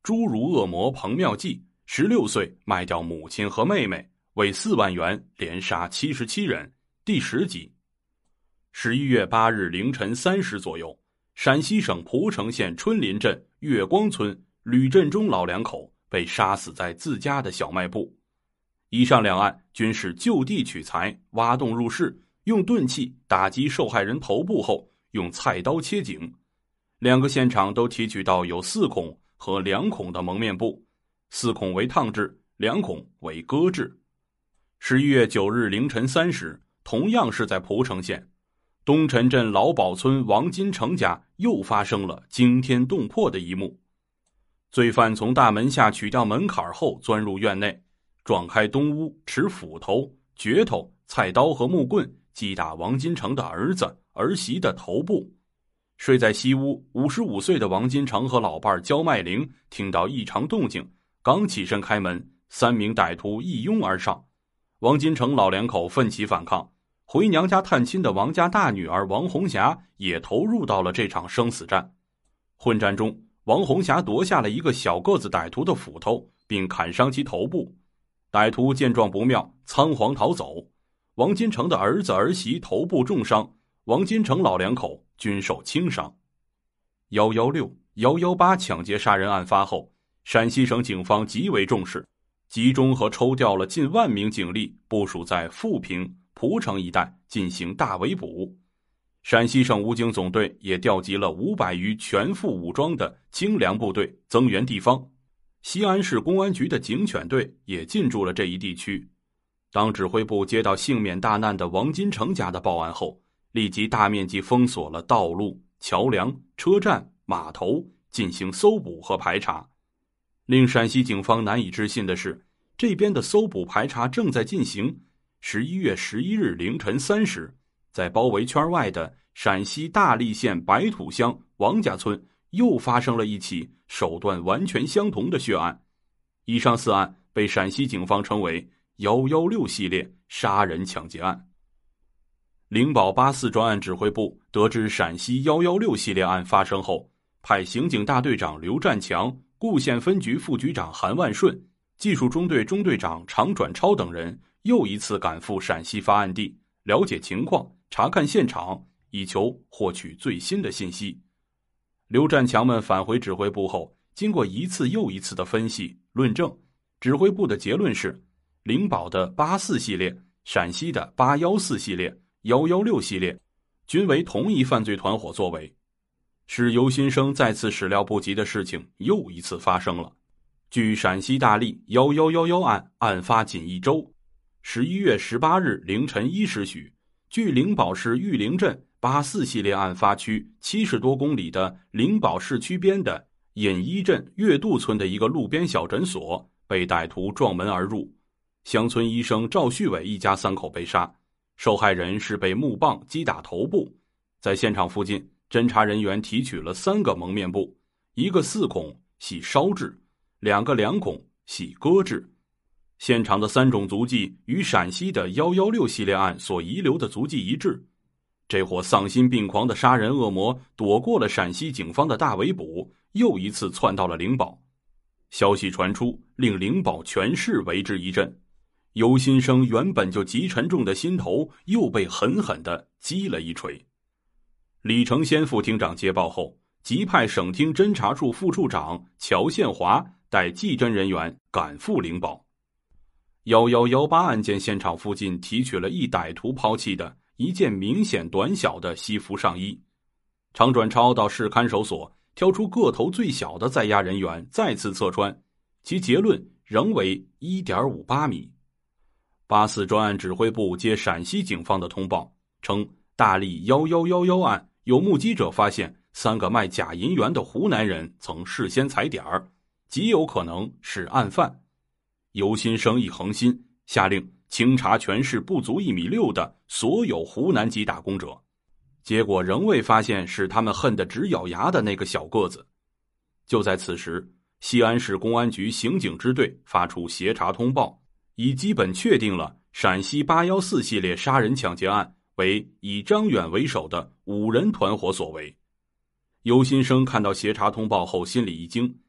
侏儒恶魔彭妙计16岁卖掉母亲和妹妹，为4万元连杀77人。第10集。11月8日凌晨3时左右，陕西省蒲城县春林镇月光村吕振中老两口被杀死在自家的小卖部。以上两案均是就地取材，挖洞入室，用钝器打击受害人头部后，用菜刀切颈。两个现场都提取到有4孔和2孔的蒙面布，4孔为烫制，2孔为割制。11月9日凌晨3时，同样是在蒲城县东陈镇老堡村王金成家又发生了惊天动魄的一幕。罪犯从大门下取掉门槛后钻入院内，撞开东屋，持斧头、镢头、菜刀和木棍击打王金成的儿子、儿媳的头部。睡在西屋55岁的王金成和老伴焦麦玲听到异常动静，刚起身开门，3名歹徒一拥而上。王金成老两口奋起反抗，回娘家探亲的王家大女儿王红霞也投入到了这场生死战。混战中，王红霞夺下了一个小个子歹徒的斧头，并砍伤其头部。歹徒见状不妙，仓皇逃走。王金成的儿子儿媳头部重伤，王金成老两口均受轻伤。116、118抢劫杀人案发后，陕西省警方极为重视，集中和抽调了近10000名警力，部署在富平、蒲城一带进行大围捕。陕西省武警总队也调集了500余全副武装的精良部队增援地方。西安市公安局的警犬队也进驻了这一地区。当指挥部接到幸免大难的王金成家的报案后，立即大面积封锁了道路、桥梁、车站、码头，进行搜捕和排查。令陕西警方难以置信的是，这边的搜捕排查正在进行。11月11日凌晨3时，在包围圈外的陕西大荔县白土乡王家村又发生了一起手段完全相同的血案。以上4案被陕西警方称为116系列杀人抢劫案。灵宝84专案指挥部得知陕西116系列案发生后，派刑警大队长刘占强、固县分局副局长韩万顺、技术中队中队长常转超等人又一次赶赴陕西发案地，了解情况，查看现场，以求获取最新的信息。刘占强们返回指挥部后，经过一次又一次的分析论证，指挥部的结论是，灵宝的84系列、陕西的814系列、116系列均为同一犯罪团伙作为。使尤新生再次始料不及的事情又一次发生了。据陕西大荔1111案案发仅1周，11月18日凌晨1时许，距灵宝市玉林镇84系列案发区70多公里的灵宝市区边的尹一镇月渡村的一个路边小诊所被歹徒撞门而入，乡村医生赵旭伟一家3口被杀，受害人是被木棒击打头部。在现场附近，侦查人员提取了3个蒙面布，1个4孔系烧制，2个2孔系割制。现场的3种足迹与陕西的116系列案所遗留的足迹一致。这伙丧心病狂的杀人恶魔躲过了陕西警方的大围捕，又一次窜到了灵宝。消息传出，令灵宝全市为之一振。尤新生原本就极沉重的心头又被狠狠地击了一锤。李成先副厅长接报后，即派省厅侦查处副处长乔宪华带技侦人员赶赴灵宝。1118案件现场附近提取了一歹徒抛弃的一件明显短小的西服上衣。常转超到市看守所挑出个头最小的在押人员再次测穿，其结论仍为 1.58 米。84专案指挥部接陕西警方的通报称，大荔1111案有目击者发现3个卖假银元的湖南人曾事先踩点儿，极有可能是案犯。尤新生一横心，下令清查全市不足1.6米的所有湖南籍打工者，结果仍未发现使他们恨得直咬牙的那个小个子。就在此时，西安市公安局刑警支队发出协查通报，已基本确定了陕西814系列杀人抢劫案为以张远为首的5人团伙所为。尤新生看到协查通报后心里一惊，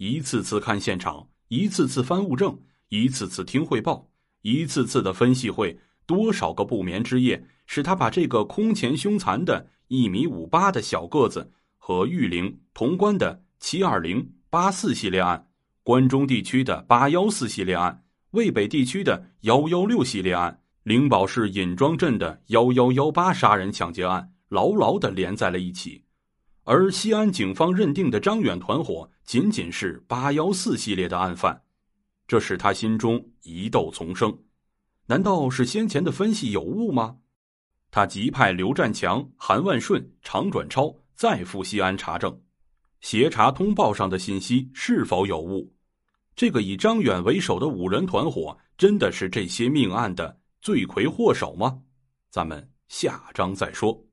一次次看现场，一次次翻物证，一次次听汇报，一次次的分析会，多少个不眠之夜，使他把这个空前凶残的1.58米的小个子和玉陵潼关的720、84系列案，关中地区的814系列案，渭北地区的116系列案，灵宝市尹庄镇的1118杀人抢劫案牢牢地连在了一起。而西安警方认定的张远团伙仅仅是814系列的案犯，这使他心中疑窦丛生。难道是先前的分析有误吗？他急派刘占强、韩万顺、常转超再赴西安查证，协查通报上的信息是否有误。这个以张远为首的5人团伙真的是这些命案的罪魁祸首吗？咱们下章再说。